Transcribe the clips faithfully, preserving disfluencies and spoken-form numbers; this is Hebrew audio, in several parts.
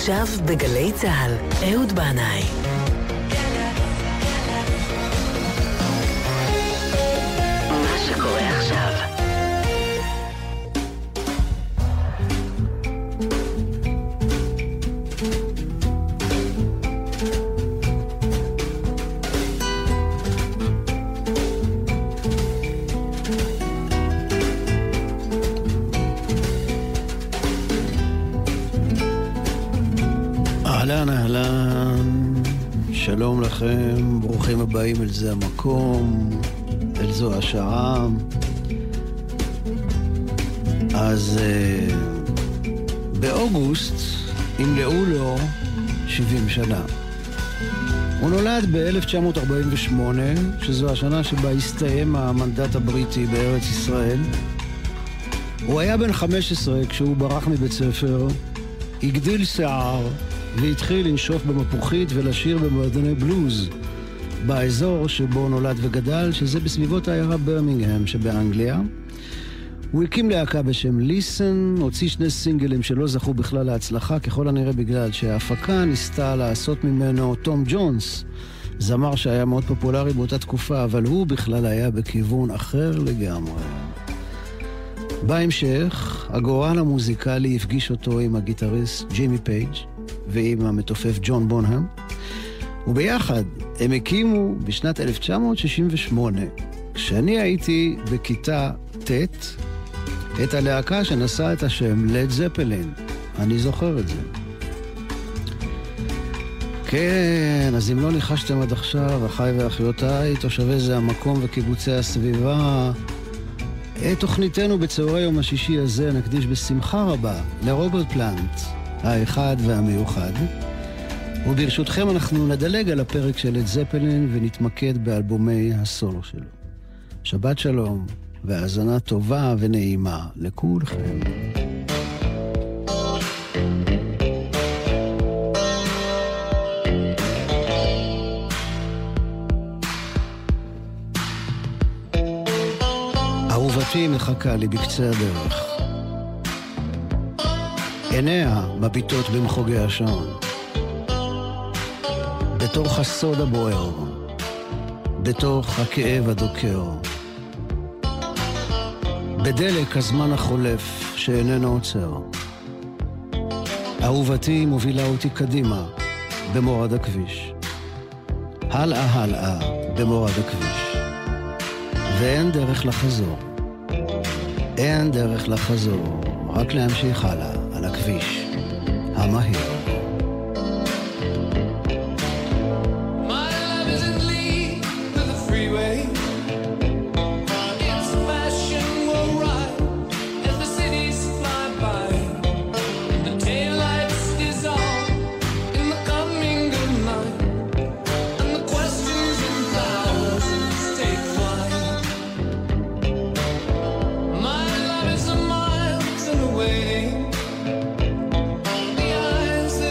עכשיו בגלי צהל, אהוד בנאי. מה שקורה עכשיו. אהלן, אהלן, שלום לכם, ברוכים הבאים אל זה המקום, אל זו השעה. אז uh, באוגוסט ימלאו לו שבעים שנה. הוא נולד ב-אלף תשע מאות ארבעים ושמונה, שזו השנה שבה הסתיים המנדט הבריטי בארץ ישראל. הוא היה בן חמש עשרה כשהוא ברח מבית ספר, הגדיל שיער, והתחיל לנשוף במפוחית ולשיר במועדוני בלוז באזור שבו נולד וגדל, שזה בסביבות העיירה ברמינגהם שבאנגליה. הוא הקים להקה בשם ליסן, הוציא שני סינגלים שלא זכו בכלל להצלחה, ככל הנראה בגלל שההפקה ניסתה לעשות ממנו תום ג'ונס, זמר שהיה מאוד פופולרי באותה תקופה, אבל הוא בכלל היה בכיוון אחר לגמרי. בהמשך, הגורל המוזיקלי הפגיש אותו עם הגיטריסט ג'ימי פייג' ועם המתופף ג'ון בונהאם, וביחד הם הקימו בשנת אלף תשע מאות שישים ושמונה, כשאני הייתי בכיתה ט', את הלהקה שנשא את השם לד זפלין. אני זוכר את זה. כן, אז אם לא ניחשתם עד עכשיו, אחיי ואחיותיי, תושבי זה המקום וקיבוצי הסביבה, את תוכניתנו בצהרי יום השישי הזה נקדיש בשמחה רבה לרוברט פלנט, האחד והמיוחד. וברשותכם אנחנו נדלג על הפרק של לד זפלין ונתמקד באלבומי הסולו שלו. שבת שלום והאזנה טובה ונעימה לכולכם. אהובתי מחכה לי בקצה הדרך, עיניה מביטות במחוגי השעון, בתוך הסוד הבוער, בתוך הכאב הדוקר, בדלק הזמן החולף שאיננו עוצר. אהובתי מובילה אותי קדימה במורד הכביש, הלאה הלאה במורד הכביש, ואין דרך לחזור, אין דרך לחזור, רק להמשיך הלאה על הכביש המהיר. Eyes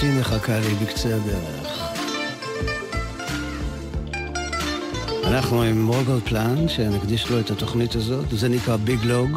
אחותי מחכה לי בקצה הדרך. אנחנו עם רוברט פלנט, שנקדיש לו את התוכנית הזאת, זה נקרא ביג לוג.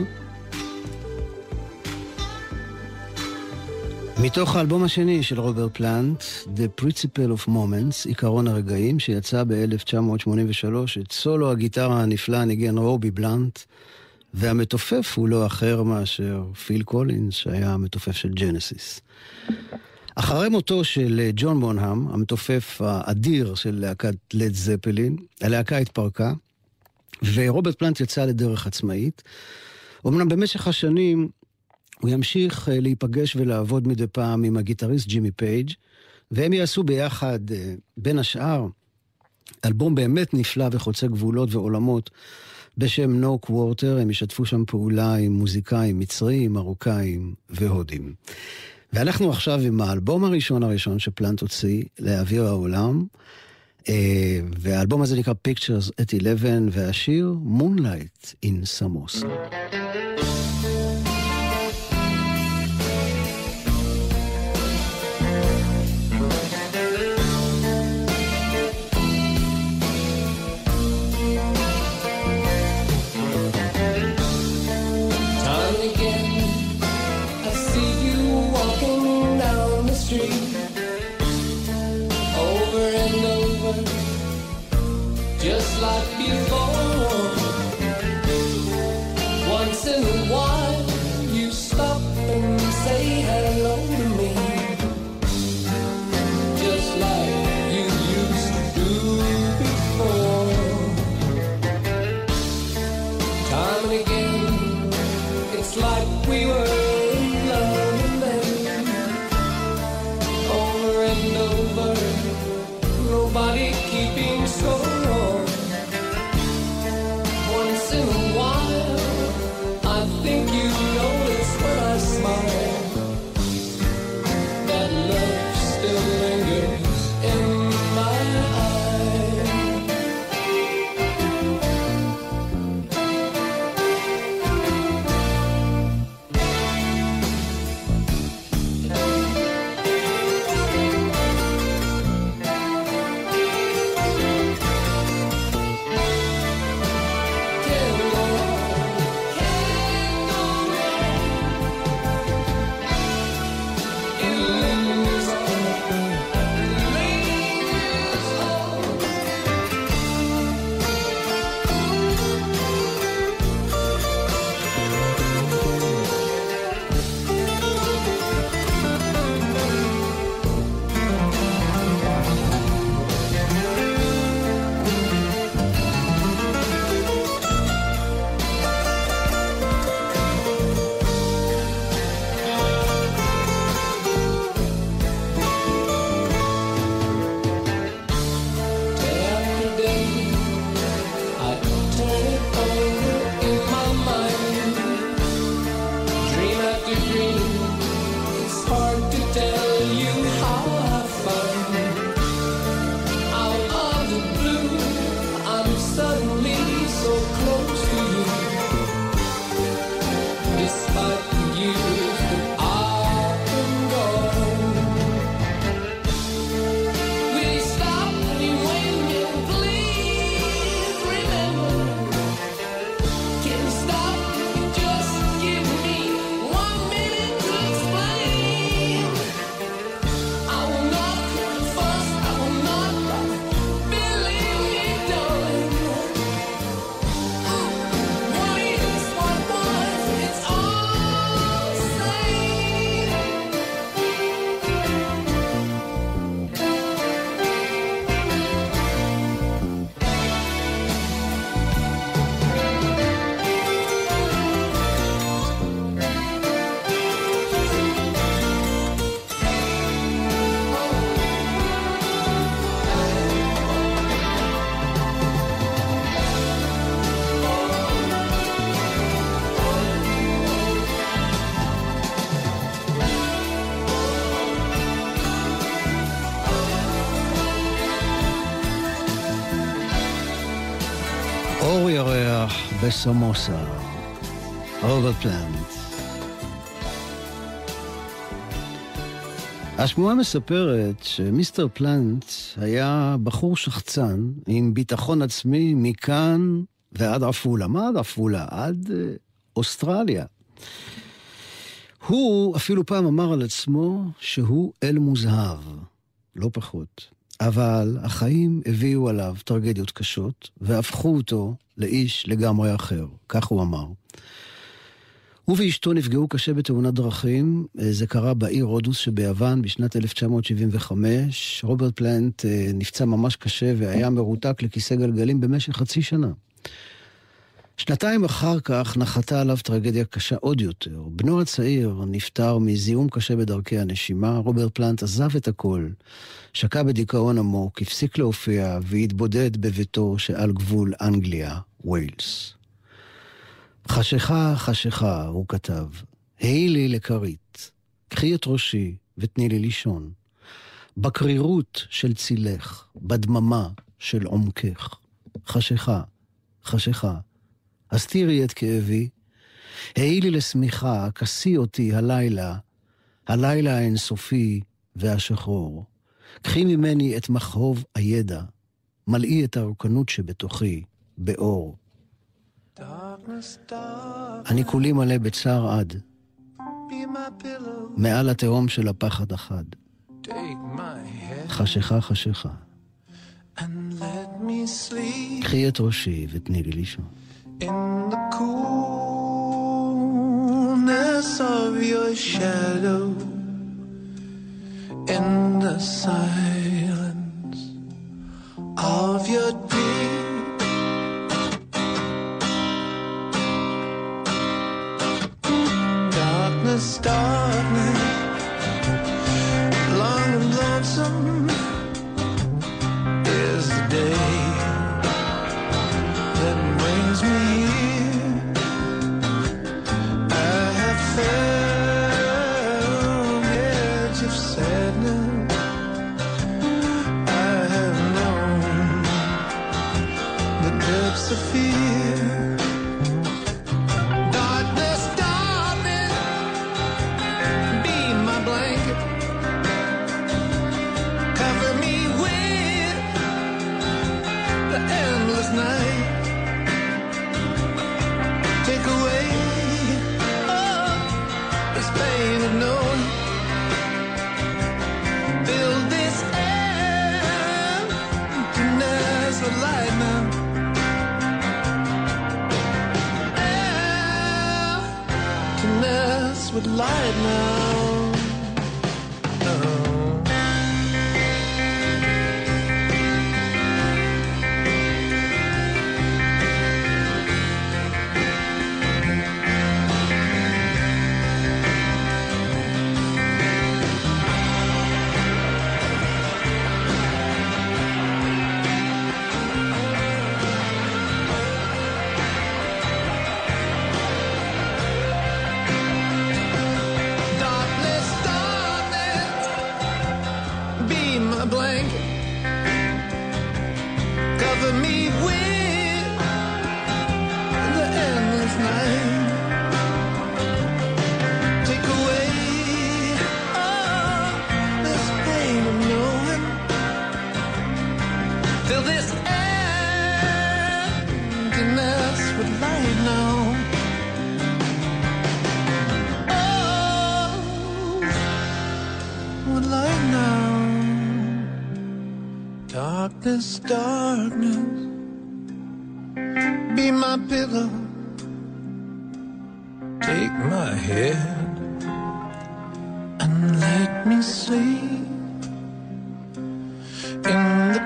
מתוך האלבום השני של רוברט פלנט, The Principle of Moments, עיקרון הרגעים, שיצא ב-אלף תשע מאות שמונים ושלוש, את סולו הגיטרה הנפלא ניגן רובי בלנט, והמתופף הוא לא אחר מאשר פיל קולינס, שהיה המתופף של ג'נסיס. אחרי מותו של ג'ון בונהאם, המתופף האדיר של להקת לד זפלין, הלהקה התפרקה, ורוברט פלנט יצא לדרך עצמאית. אמנם במשך השנים הוא ימשיך להיפגש ולעבוד מדי פעם עם הגיטריסט ג'ימי פייג', והם יעשו ביחד, בין השאר, אלבום באמת נפלא וחוצה גבולות ועולמות, בשם נו קוורטר. הם ישתפו שם פעולה עם מוזיקאים מצרים, מרוקאים והודים. ואנחנו עכשיו עם האלבום הראשון הראשון שפלנט הוציא לאוויר העולם, והאלבום הזה נקרא Pictures at eleven, והשיר Moonlight in Samosa. Just like before, once in a while you stop and say hello to me, just like you used to do before. Time and again, it's like we were in love and then over and over, nobody keeping score. Once in a while, I think you notice when I smile that love still lingers in my eyes. אור ירח בסמוסה, רוברט פלנט. השמועה מספרת שמיסטר פלנט היה בחור שחצן עם ביטחון עצמי מכאן ועד עפולה. מה עד עפולה? עד אה, אוסטרליה. הוא אפילו פעם אמר על עצמו שהוא אל מוזהב, לא פחות. אבל החיים הביאו עליו טרגדיות קשות והפכו אותו לאיש לגמרי אחר, כך הוא אמר. הוא ואשתו נפגעו קשה בתאונת דרכים, זה קרה בעיר רודוס שביוון בשנת אלף תשע מאות שבעים וחמש. רוברט פלנט נפצע ממש קשה והיה מרותק לכיסא גלגלים במשך חצי שנה. שנתיים אחר כך נחתה עליו טרגדיה קשה עוד יותר. בנו הצעיר נפטר מזיהום קשה בדרכי הנשימה. רוברט פלנט עזב את הכל, שקע בדיכאון עמוק, הפסיק להופיע והתבודד בביתו שעל גבול אנגליה, ווילס. חשיכה, חשיכה, הוא כתב, היי לי לכרית, קחי את ראשי ותני לי לישון. בקרירות של צילך, בדממה של עומקך. חשיכה, חשיכה, הסתירי את כאבי, היי לי לשמיכה, כסי אותי הלילה, הלילה האינסופי והשחרור. קחי ממני את מחרוב הידע, מלאי את הרוקנות שבתוכי, באור. אני כולי מלא בצער עד, מעל התהום של הפחד אחד. חשיכה, חשיכה. קחי את ראשי ותני לי לישון. In the coolness of your shadow, in the silence of your deep, darkness, darkness, long and lonesome is the day that brings me here. I have found the edge of sadness. I have known the depths of fear. Darkness, darkness, be my blanket. Cover me with the endless night. Take away all this pain of knowing. Fill this emptiness with light now. Emptiness with light now. Darkness, darkness, be my pillow. Take my head and let me sleep in the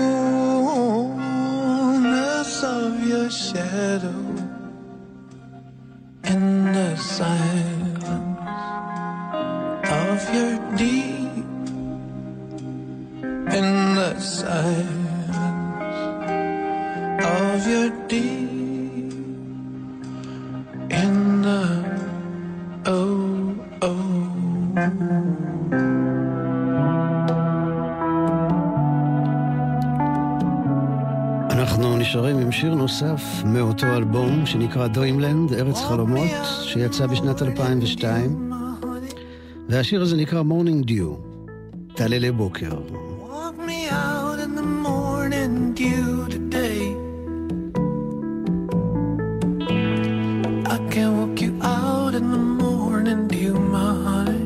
coolness of your shadow, in the silence of your deep, in the silence of your deep, in the oh oh. אנחנו נשארים עם שיר נוסף מאותו אלבום שנקרא Dreamland, ארץ חלומות, שיצא בשנת אלפיים ושתיים, והשיר הזה נקרא Morning Dew. תעלה לבוקר. Walk me out in the morning dew today. I can walk you out in the morning dew, my honey.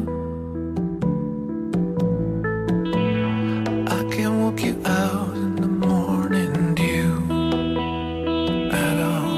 I can walk you out in the morning dew at all.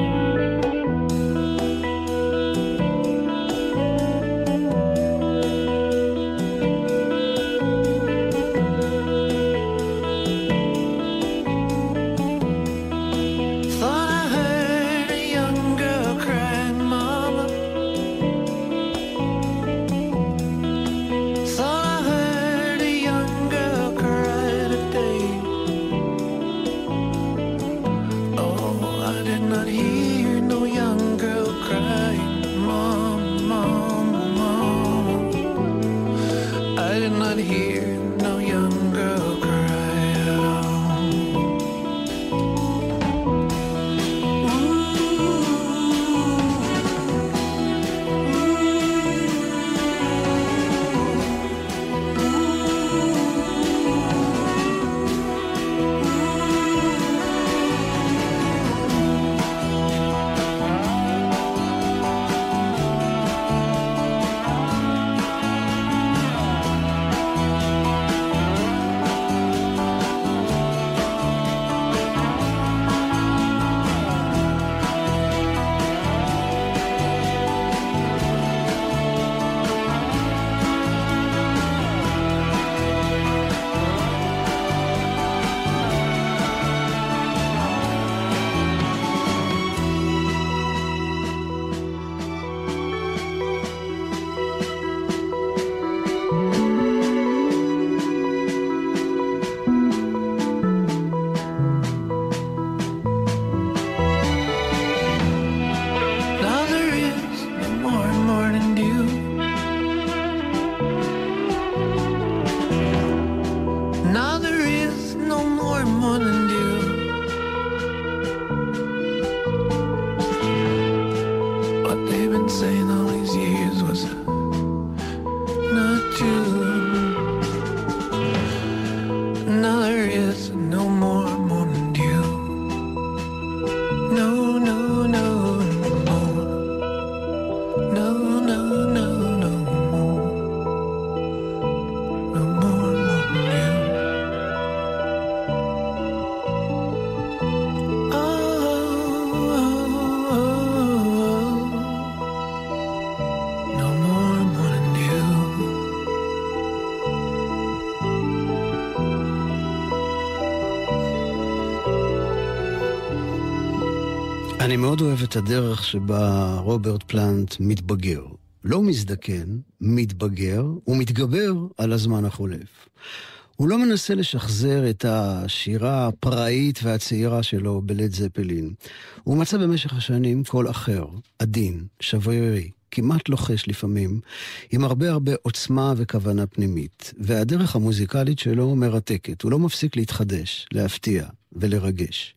אני מאוד אוהב את הדרך שבה רוברט פלנט מתבגר. לא מזדקן, מתבגר, ומתגבר על הזמן החולף. הוא לא מנסה לשחזר את השירה הפראית והצעירה שלו בלד זפלין. הוא מצא במשך השנים קול אחר, עדין, שברירי, כמעט לוחש לפעמים, עם הרבה הרבה עוצמה וכוונה פנימית. והדרך המוזיקלית שלו מרתקת. הוא לא מפסיק להתחדש, להפתיע ולרגש.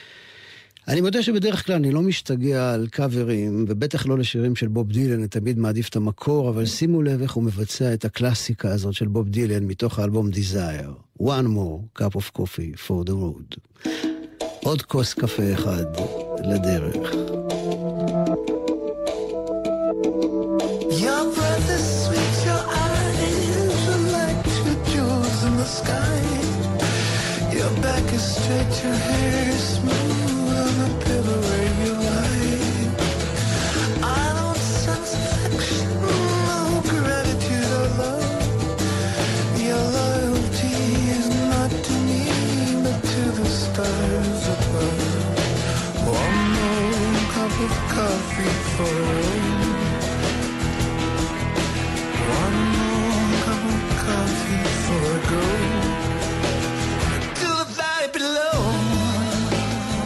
אני מודה שבדרך כלל אני לא משתגע על קאברים, ובטח לא לשירים של בוב דילן, אני תמיד מעדיף את המקור, אבל שימו לב איך הוא מבצע את הקלאסיקה הזאת של בוב דילן מתוך האלבום Desire. One more cup of coffee for the road. עוד כוס קפה אחד לדרך. Your breath is sweet, your eyes are like two jewels in the sky. Your back is straight, your hair is smooth on the pillow where you lie. I don't sense affection, no gratitude or love. Your loyalty is not to me, but to the stars above. One more cup of coffee for one more cup of coffee for a go. To the valley below.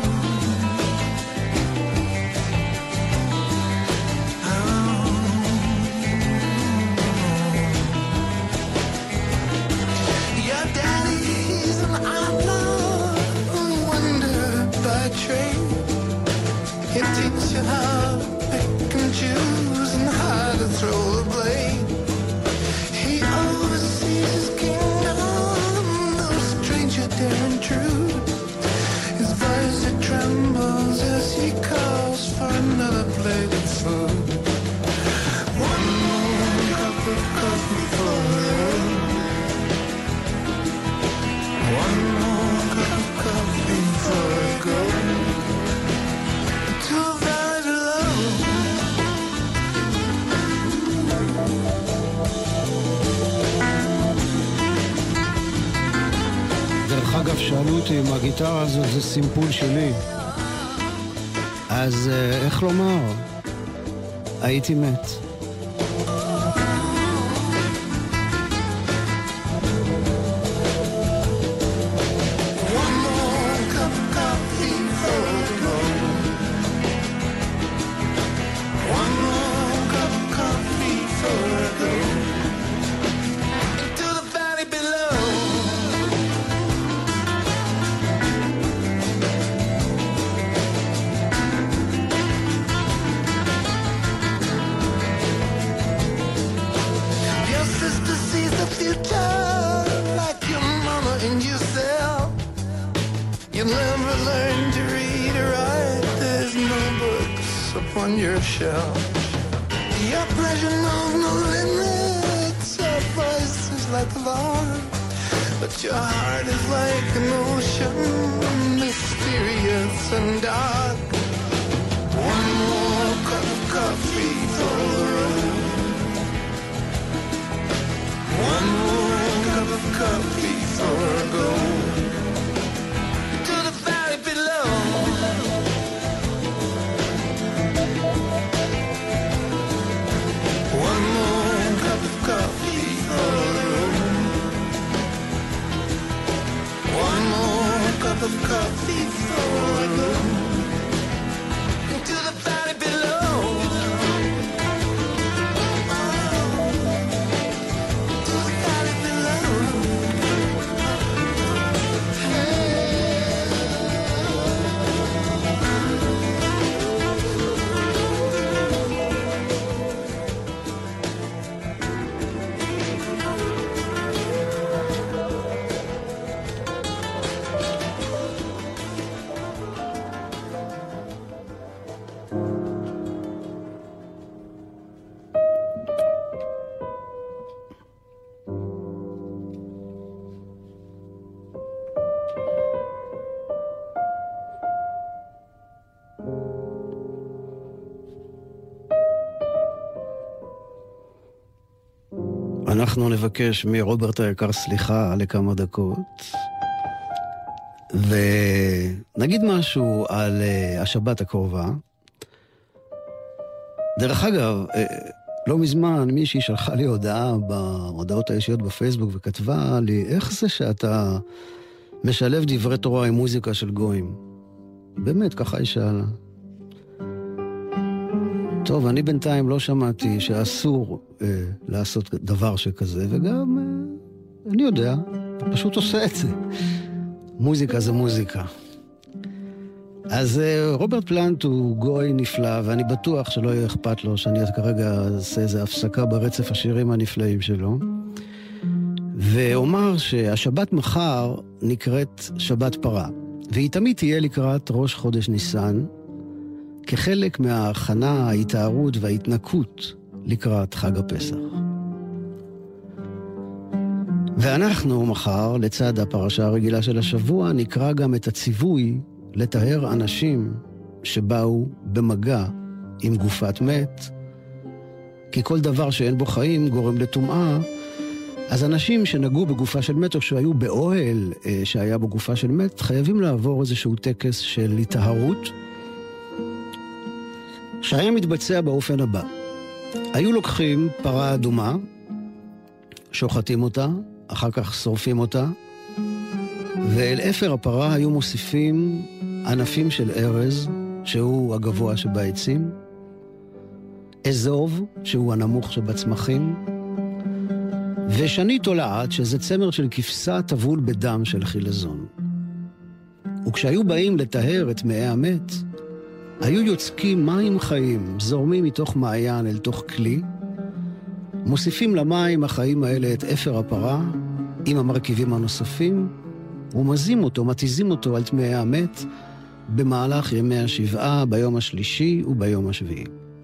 ביוטי, עם הגיטרה הזאת זה סימפול שלי. אז איך לומר? הייתי מת. Your shelf, your pleasure knows no limits. Your voice is like a lark, but your heart is like an ocean, mysterious and dark. One more cup of coffee for the road. One more cup of coffee for a go to the valley below. One more cup of coffee for the road. One more cup of coffee for the road. Into the valley below. To the valley below. אנחנו נבקש מרוברט היקר סליחה לכמה דקות, ונגיד משהו על uh, השבת הקרובה. דרך אגב, uh, לא מזמן מישהי שלחה לי הודעה בהודעות האישיות בפייסבוק וכתבה לי, איך זה שאתה משלב דברי תורה עם מוזיקה של גויים? באמת, ככה היא שאלה. טוב, אני בינתיים לא שמעתי שאסור אה, לעשות דבר שכזה, וגם אה, אני יודע, פשוט עושה את זה. מוזיקה זה מוזיקה. אז אה, רוברט פלנט הוא גוי נפלא, ואני בטוח שלא יהיה אכפת לו שאני כרגע אעשה איזו הפסקה ברצף השירים הנפלאים שלו. ואומר שהשבת מחר נקראת שבת פרה, והיא תמיד תהיה לקראת ראש חודש ניסן, כחלק מההכנה, ההתארות וההתנקות לקראת חג הפסח. ואנחנו מחר, לצד הפרשה הרגילה של השבוע, נקרא גם את הציווי לטהר אנשים שבאו במגע עם גופת מת, כי כל דבר שאין בו חיים גורם לטומאה. אז אנשים שנגעו בגופה של מת או שהיו באוהל שהיה בו גופה של מת, חייבים לעבור איזשהו טקס של התארות, שהיה מתבצע באופן הבא. היו לוקחים פרה אדומה, שוחטים אותה, אחר כך שורפים אותה, ואל אפר הפרה היו מוסיפים ענפים של ארז, שהוא הגבוה שבעצים, אזוב, שהוא הנמוך שבצמחים, ושני תולעת, שזה צמר של כבשה טבול בדם של חילזון. וכשהיו באים לטהר את מאי המת, היו יוצקים מים חיים, זורמים מתוך מעיין אל תוך כלי, מוסיפים למים החיים האלה את אפר הפרה, עם המרכיבים הנוספים, ומזים אותו, מתיזים אותו על תמאי המת, במהלך ימי השבעה, ביום השלישי וביום השביעי.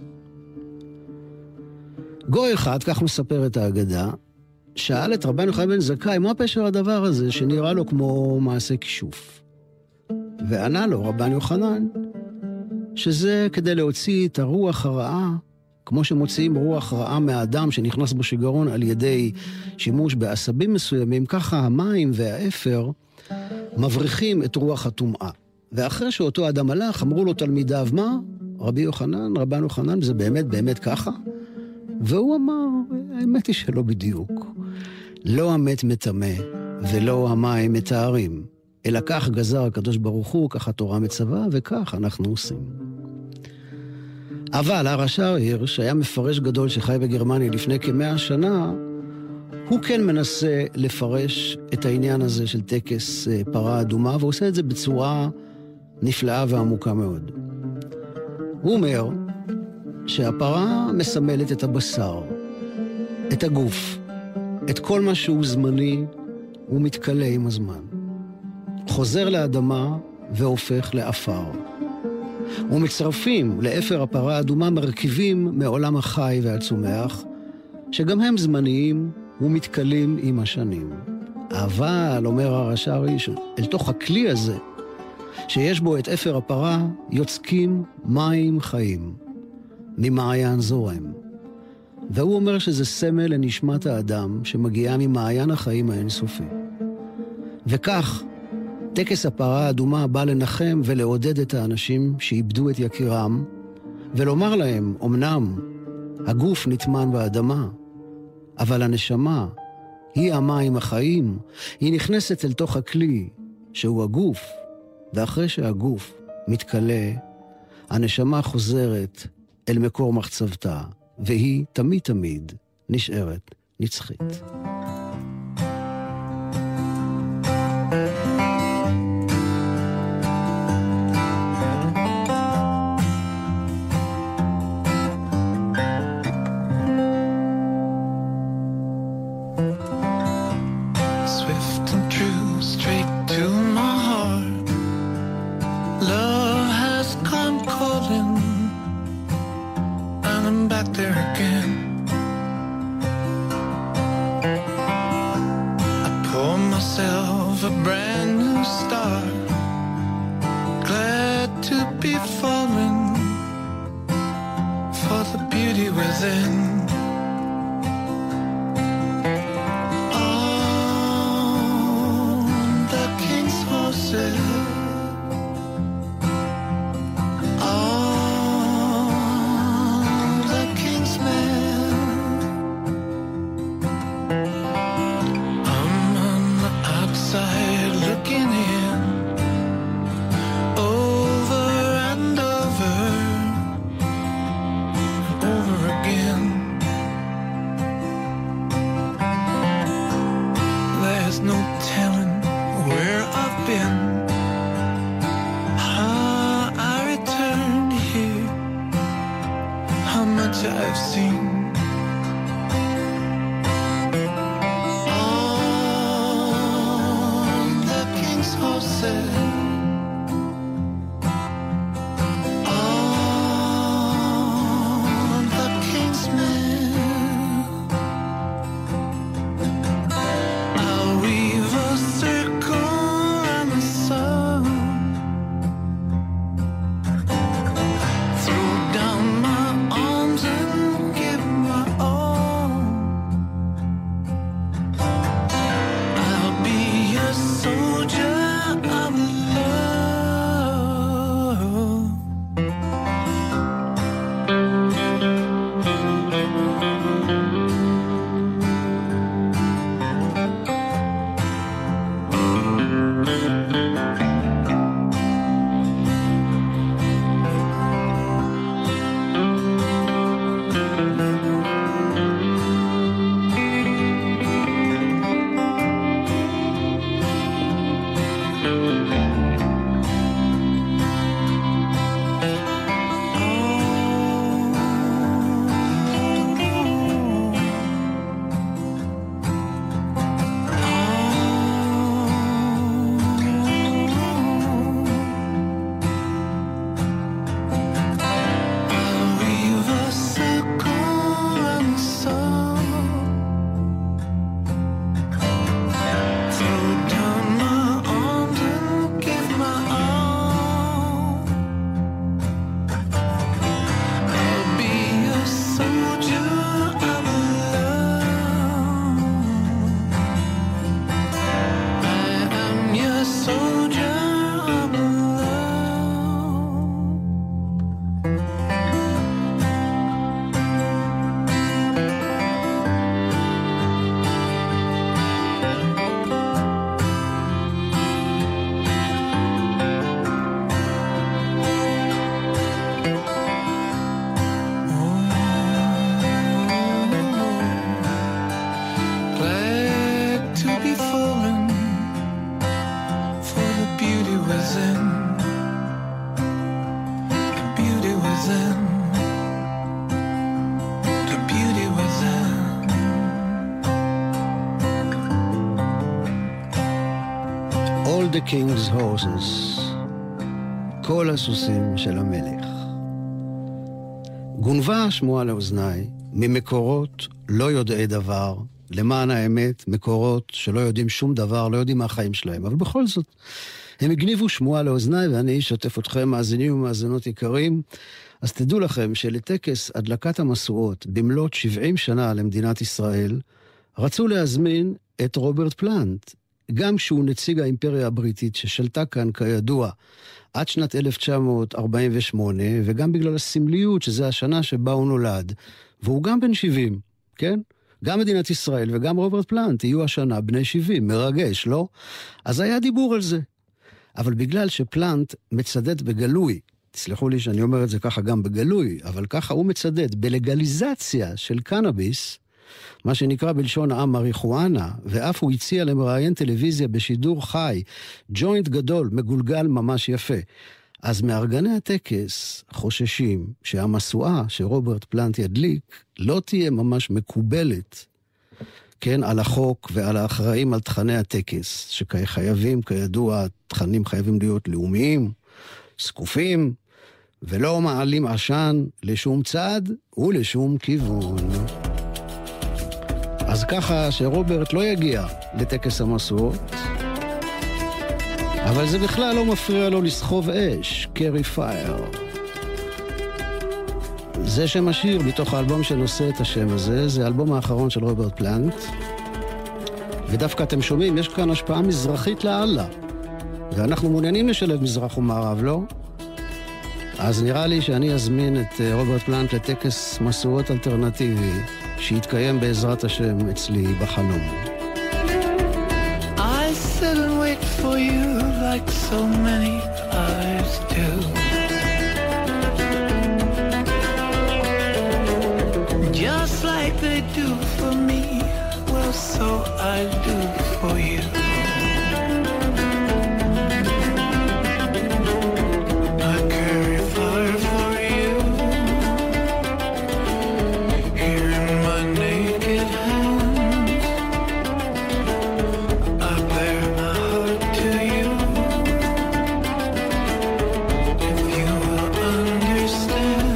גוי אחד, כך מספר את האגדה, שאל את רבן יוחנן בן זכאי, מה פשר הדבר הזה שנראה לו כמו מעשה כישוף? וענה לו רבן יוחנן, שזה כדי להוציא את הרוח הרעה, כמו שמוציאים רוח רעה מהאדם שנכנס בו שיגרון על ידי שימוש בעשבים מסוימים, ככה המים והאפר מבריחים את רוח הטומאה. ואחרי שאותו אדם הלך, אמרו לו תלמידיו, מה? רבי יוחנן, רבן יוחנן, זה באמת באמת ככה? והוא אמר, האמת היא שלא בדיוק. לא המת מטמא, ולא המים מטהרים, אלא כך גזר הקדוש ברוך הוא, כך התורה מצווה, וכך אנחנו עושים. אבל הרש"ר הירש, שהיה מפרש גדול שחי בגרמניה לפני כמאה שנה, הוא כן מנסה לפרש את העניין הזה של טקס פרה אדומה, והוא עושה את זה בצורה נפלאה ועמוקה מאוד. הוא אומר שהפרה מסמלת את הבשר, את הגוף, את כל מה שהוא זמני, הוא מתקלה עם הזמן. חוזר לאדמה והופך לאפר. ומצרפים לאפר הפרה האדומה מרכיבים מעולם החי והצומח, שגם הם זמניים ומתקלים עם השנים. אבל, אומר הרש"ר הירש, אל תוך הכלי הזה, שיש בו את אפר הפרה, יוצקים מים חיים, ממעיין זורם. והוא אומר שזה סמל לנשמת האדם שמגיעה ממעיין החיים האינסופי. וכך, טקס הפרה האדומה בא לנחם ולעודד את האנשים שאיבדו את יקירם, ולומר להם, אמנם הגוף נטמן באדמה, אבל הנשמה היא המים החיים, היא נכנסת אל תוך הכלי שהוא הגוף, ואחרי שהגוף מתקלה, הנשמה חוזרת אל מקור מחצבתה, והיא תמיד תמיד נשארת נצחית. Throw down my arms and give my the king's horses, כל הסוסים של המלך. גונבה השמועה לאוזניי ממקורות לא יודעי דבר, למען האמת, מקורות שלא יודעים שום דבר, לא יודעים מה החיים שלהם, אבל בכל זאת, הם הגניבו שמועה לאוזניי, ואני אשתף אתכם, מאזינים ומאזינות יקרים. אז תדעו לכם שלטקס הדלקת המשואות במלאת שבעים שנה למדינת ישראל, רצו להזמין את רוברט פלנט, גם שהוא נציג האימפריה הבריטית ששלטה כאן כידוע עד שנת אלף תשע מאות ארבעים ושמונה, וגם בגלל הסמליות שזה השנה שבה הוא נולד, והוא גם בן שבעים, כן? גם מדינת ישראל וגם רוברט פלנט יהיו השנה בני שבעים, מרגש, לא? אז היה דיבור על זה. אבל בגלל שפלנט מצדד בגלוי, תסלחו לי שאני אומר את זה ככה גם בגלוי, אבל ככה הוא מצדד בלגליזציה של קנאביס, מה שנקרא בלשון העם מריחואנה, ואף הוא הציע למראיין טלוויזיה בשידור חי, ג'וינט גדול, מגולגל ממש יפה. אז מארגני הטקס חוששים שהמשואה שרוברט פלנט ידליק לא תהיה ממש מקובלת, כן, על החוק ועל האחראים על תכני הטקס, שחייבים, כידוע, תכנים חייבים להיות לאומיים, סקופים, ולא מעלים עשן לשום צד ולשום כיוון. אז ככה שרוברט לא יגיע לטקס המשואות, אבל זה בכלל לא מפריע לו לסחוב אש, קרי פייר. זה שם השיר מתוך האלבום שנושא את השם הזה, זה האלבום האחרון של רוברט פלנט, ודווקא אתם שומעים, יש כאן השפעה מזרחית לאללה, ואנחנו מעוניינים לשלב מזרח ומערב, לא? אז נראה לי שאני אזמין את רוברט פלנט לטקס משואות אלטרנטיבי, שיתקיים בעזרת השם אצלי בחלום. I sit and wait for you like so many others do. Just like they do for me, well, so I do for you. I carry fire for you here in my naked hands. I bear my heart to you. If you will understand,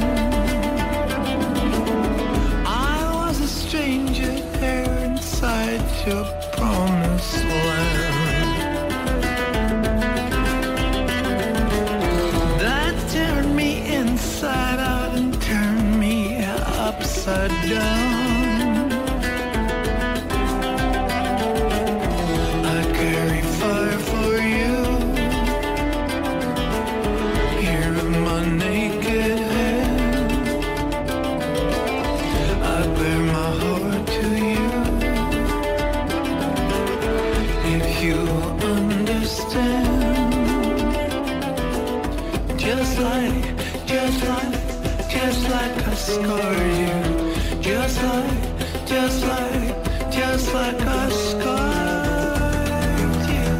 I was a stranger there inside your promised land. That turned me inside out and turned me upside down. I carry fire for you here in my naked hand. I bear my heart to you. If you understand, just like, just like, just like I scarred you, just like, just like, just like I scarred you.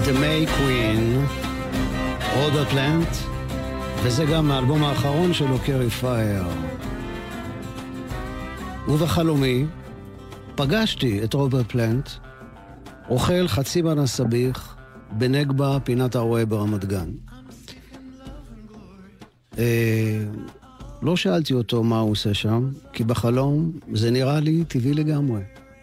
The May Queen, רוברט פלנט, וזה גם האלבום האחרון שלו, קרי פייר. ובחלומי פגשתי את רוברט פלנט, אוכל חצי מנה סביח, בנגבה, פינת הרועה ברמת גן. אה, לא שאלתי אותו מה הוא עושה שם, כי בחלום זה נראה לי טבעי לגמרי.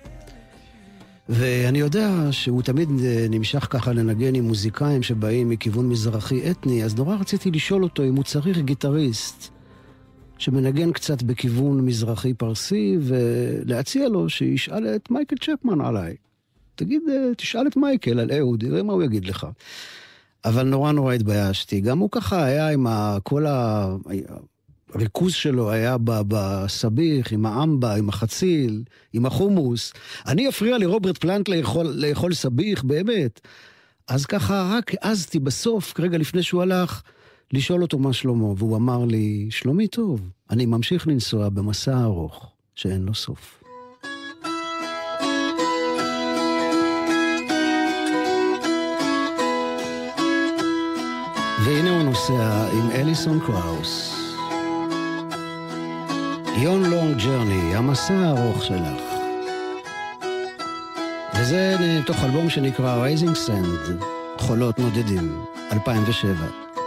ואני יודע שהוא תמיד נמשך ככה לנגן עם מוזיקאים שבאים מכיוון מזרחי אתני, אז נורא רציתי לשאול אותו אם הוא צריך גיטריסט שמנגן קצת בכיוון מזרחי פרסי, ולהציע לו שישאל את מייקל צ'פמן עליי. תגיד, תשאל את מייקל על אהוד, יראה מה הוא יגיד לך. אבל נורא נורא התביישתי. גם הוא ככה היה עם כל הריכוז שלו, היה בסביח, עם האמבה, עם החציל, עם החומוס. אני אפריע לרוברט פלנט לאכול, לאכול סביח, באמת. אז ככה רק עזתי בסוף, רגע לפני שהוא הלך, לשאול אותו מה שלמה, והוא אמר לי, שלומי טוב, אני ממשיך לנסוע במסע ארוך, שאין לו סוף. והנה הוא נוסע עם אליסון קראוס. Yon Long Journey, המסע הארוך שלך. וזה תוך אלבום שנקרא Rising Sand, חולות נודדים, אלפיים ושבע.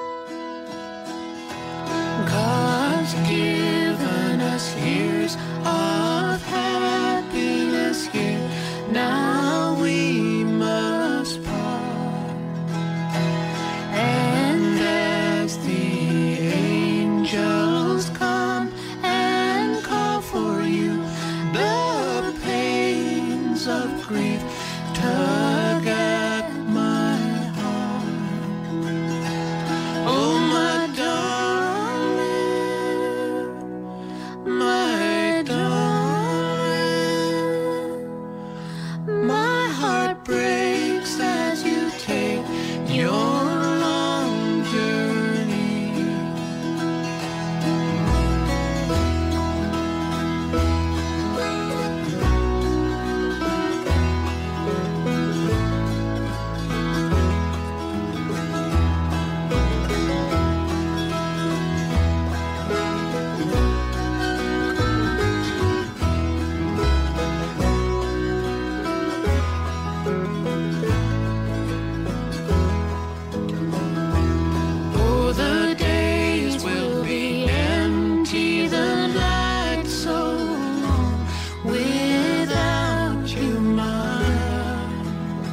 God's given us years of happiness here. Now we must part. And as the angels come and call for you, the pains of grief tug at my heart. Oh, my darling, my darling, my heart breaks as you take your long journey. Oh, the days will be empty, the night so long without you, mine.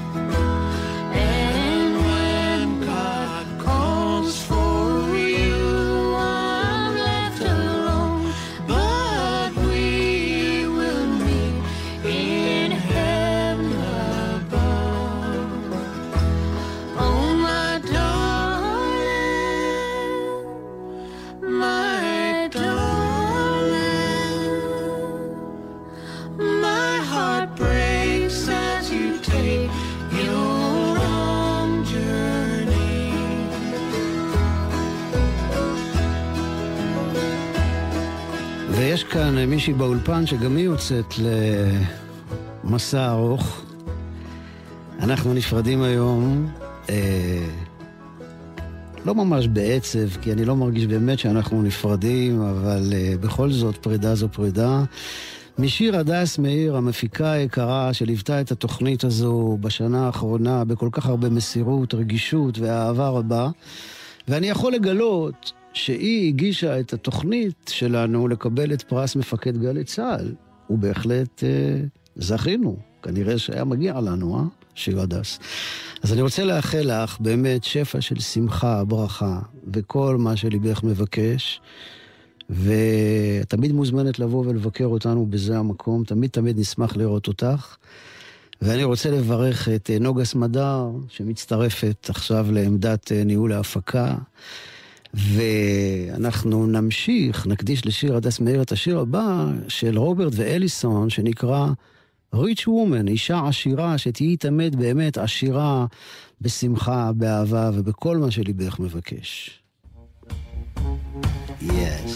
And when God calls for you, I'm left alone, but we will meet in heaven above. Oh, my darling, my darling, my heart breaks as you take your long journey. ויש כאן מישהי באולפן שגם היא יוצאת למסע ארוך. אנחנו נפרדים היום, אה, לא ממש בעצב, כי אני לא מרגיש באמת שאנחנו נפרדים, אבל אה, בכל זאת פרידה זו פרידה. משיר הדס מאיר, המפיקה היקרה שליוותה את התוכנית הזו בשנה האחרונה בכל כך הרבה מסירות, רגישות ואהבה רבה. ואני יכול לגלות שהיא הגישה את התוכנית שלנו לקבל את פרס מפקד גלי צה"ל. ובהחלט אה, זכינו. כנראה שהיה מגיע לנו, אה? שיר הדס. אז אני רוצה לאחל לך באמת שפע של שמחה, ברכה, וכל מה שליבך מבקש. ותמיד מוזמנת לבוא ולבקר אותנו בזה המקום. תמיד תמיד נשמח לראות אותך. ואני רוצה לברך את נוגה סמדר, שמצטרפת עכשיו לעמדת ניהול ההפקה. ואנחנו נמשיך, נקדיש לשיר הדס מאיר את השיר הבא של רוברט ואליסון, שנקרא Rich Woman, אישה עשירה, שתהיי תמיד באמת עשירה בשמחה, באהבה ובכל מה שליבך מבקש. Yes.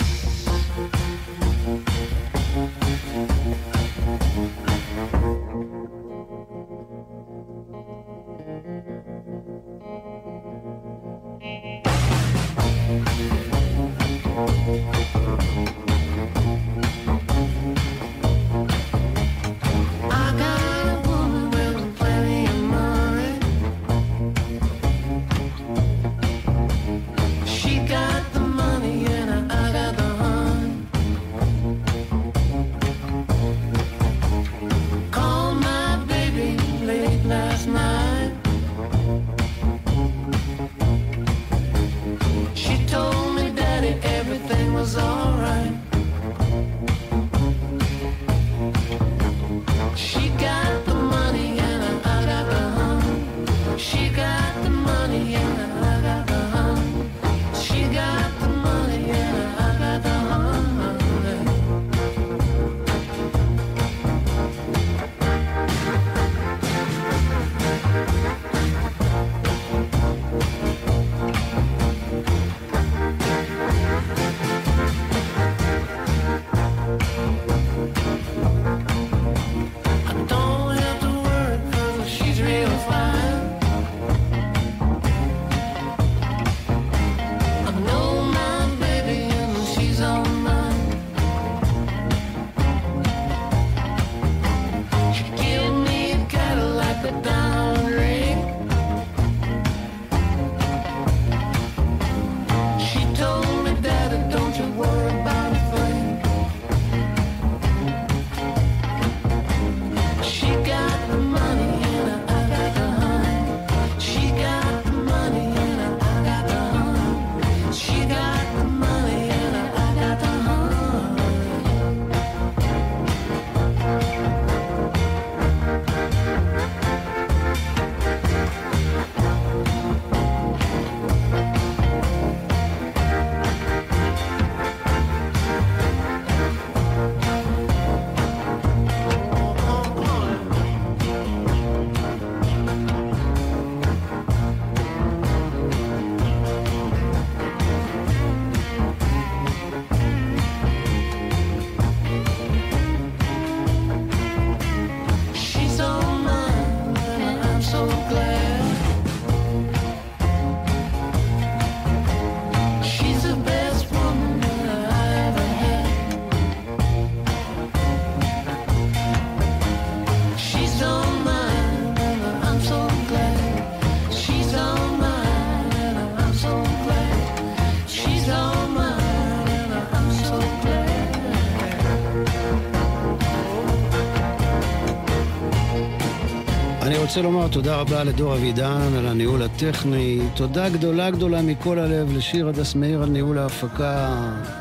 רוצה לומר תודה רבה לדור אבידן על הניהול הטכני, תודה גדולה גדולה מכל הלב לשיר הדס מאיר על ניהול ההפקה,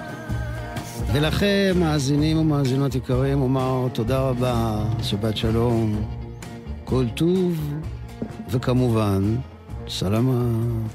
ולכם מאזינים ומאזינות יקרים אומר תודה רבה, שבת שלום, כל טוב, וכמובן סלמת.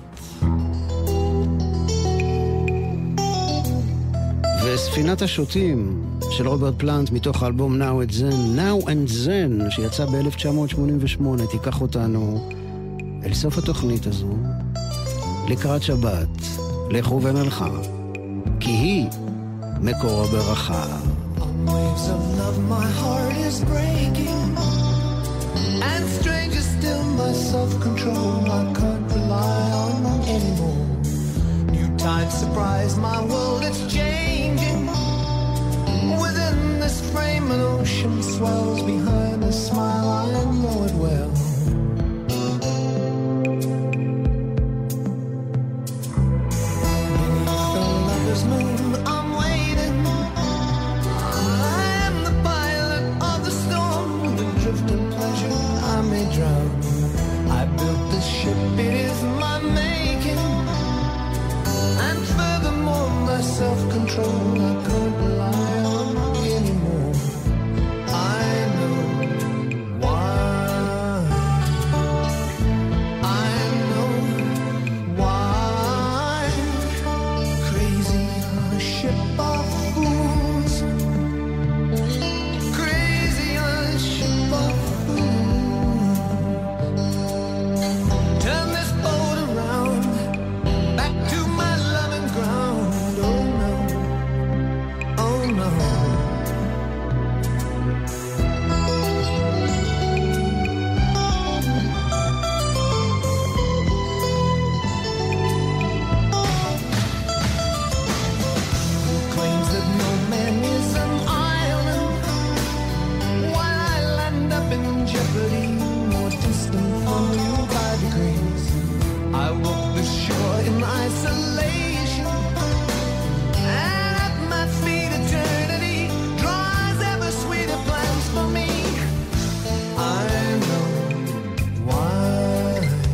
וספינת השוטים של רוברט פלנט מתוך האלבום Now and Then, Now and Then, שיצא ב-אלף תשע מאות שמונים ושמונה, תיקח אותנו אל סוף התוכנית הזו, לקראת שבת, לכו ומלכה, כי היא מקור הברכה. On waves of love my heart is breaking, and stranger still my self-control I can't rely on anymore. New tides surprise my world, it's changing. Within this frame an ocean swells behind a smile, I know it well. Beneath the lover's moon I'm waiting, I am the pilot of the storm. With a drift of pleasure I may drown. I built this ship, it is my making, and furthermore my self-control I can't rely on anymore. I know why, I know why. Crazy on a ship of fools, crazy on a ship of fools. Turn this boat around, back to my loving ground. Oh no, oh no. Who claims that no man is an island, while I land up in jeopardy, more distant from you by degrees. I walk the shore in isolation, and at my feet eternity draws ever sweeter plans for me. I know why,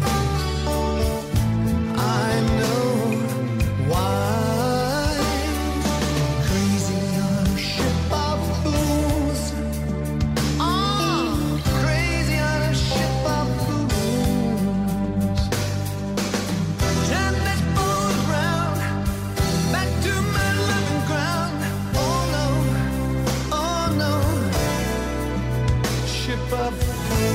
I know why. Crazy on a ship of fools, ah, crazy on a ship of fools. Turn this boat around, back to my loving ground. Oh no, oh no, ship of fools.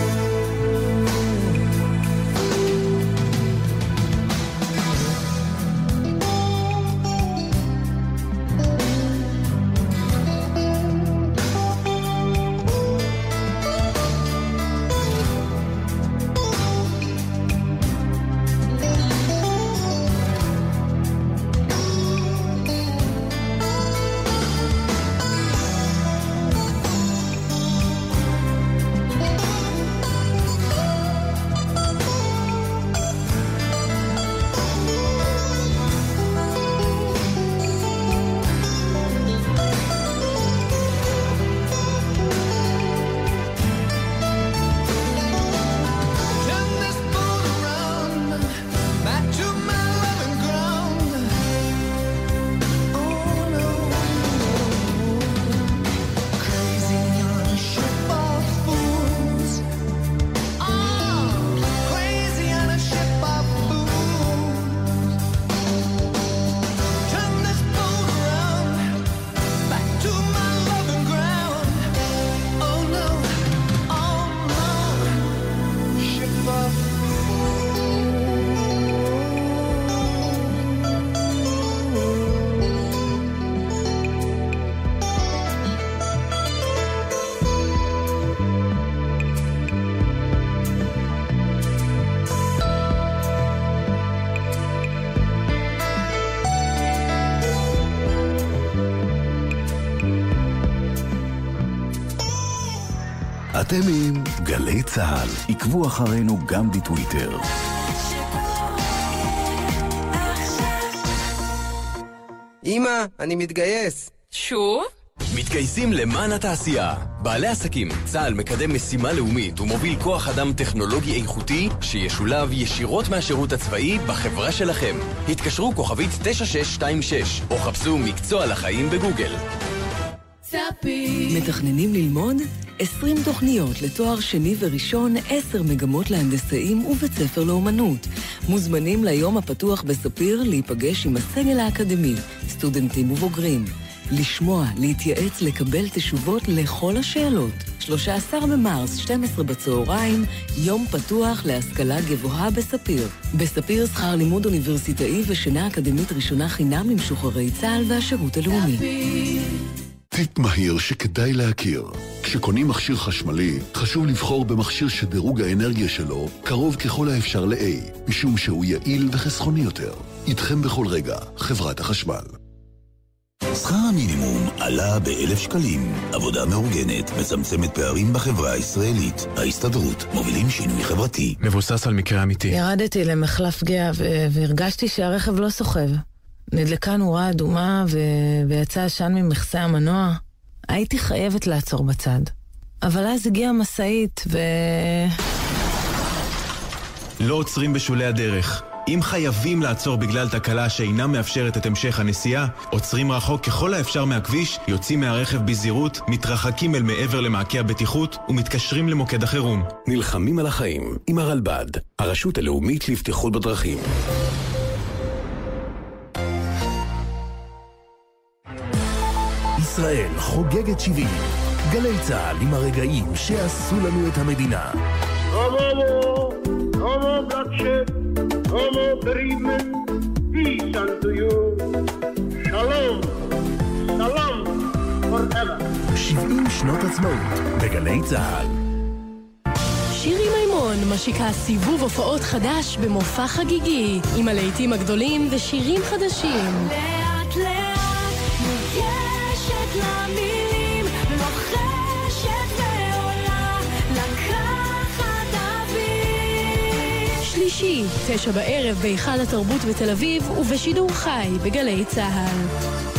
Turn this boat around, back to my loving ground. Oh no, crazy on a ship of fools. Ah, crazy on a ship of fools. Turn this boat around, back to my loving ground. Oh no, oh no, ship of fools. אתם עם גלי צהל, עקבו אחרינו גם בטוויטר. אמא, אני מתגייס. שוב? מתגייסים למען התעשייה. בעלי עסקים, צה"ל מקדם משימה לאומית ומוביל כוח אדם טכנולוגי איכותי שישולב ישירות מהשירות הצבאי בחברה שלכם. התקשרו כוכבית תשע שש שתיים שש או חפשו מקצוע לחיים בגוגל. מתכננים ללמוד? עשרים תוכניות לתואר שני וראשון, עשר מגמות להנדסאים ובית ספר לאומנות. מוזמנים ליום הפתוח בספיר להיפגש עם הסגל האקדמי, סטודנטים ובוגרים. לשמוע, להתייעץ, לקבל תשובות לכל השאלות. שלושה עשר במרס, שתים עשרה בצהריים, יום פתוח להשכלה גבוהה בספיר. בספיר שכר לימוד אוניברסיטאי ושינה אקדמית ראשונה חינם למשוחררי צה"ל והשירות הלאומי. טיפ מהיר שכדאי להכיר. כשקונים מכשיר חשמלי, חשוב לבחור במכשיר שדירוג האנרגיה שלו קרוב ככל האפשר ל-A, משום שהוא יעיל וחסכוני יותר. איתכם בכל רגע, חברת החשמל. שכר המינימום עלה באלף שקלים. עבודה מאורגנת מצמצמת פערים בחברה הישראלית. ההסתדרות מובילים שינוי חברתי. מבוסס על מקרה אמיתי. ירדתי למחלף גאה ו- והרגשתי שהרכב לא סוחב. נדלקה נורה אדומה ו- ויצא עשן ממכסה המנוע. הייתי חייבת לעצור בצד. אבל אז הגיעה משאית ו... לא עוצרים בשולי הדרך. אם חייבים לעצור בגלל תקלה שאינה מאפשרת את המשך הנסיעה, עוצרים רחוק ככל האפשר מהכביש, יוצאים מהרכב בזהירות, מתרחקים אל מעבר למעקה הבטיחות ומתקשרים למוקד החירום. נלחמים על החיים עם הרלב"ד, הרשות הלאומית לבטיחות בדרכים. ישראל חוגגת שבעים. גלי צהל עם הרגעים שעשו לנו את המדינה. Homo, homo bloodshed, homo bereavement, peace unto you. Shalom, salam forever. שבעים שנות עצמאות בגלי צהל. שירי מימון משיקה סיבוב הופעות חדש במופע חגיגי עם הלהיטים הגדולים ושירים חדשים. לאט לאט מוגשת למילים, לוחשת ועולה לקחת אוויר. שלישי, תשע בערב בהיכל התרבות בתל אביב ובשידור חי בגלי צהל.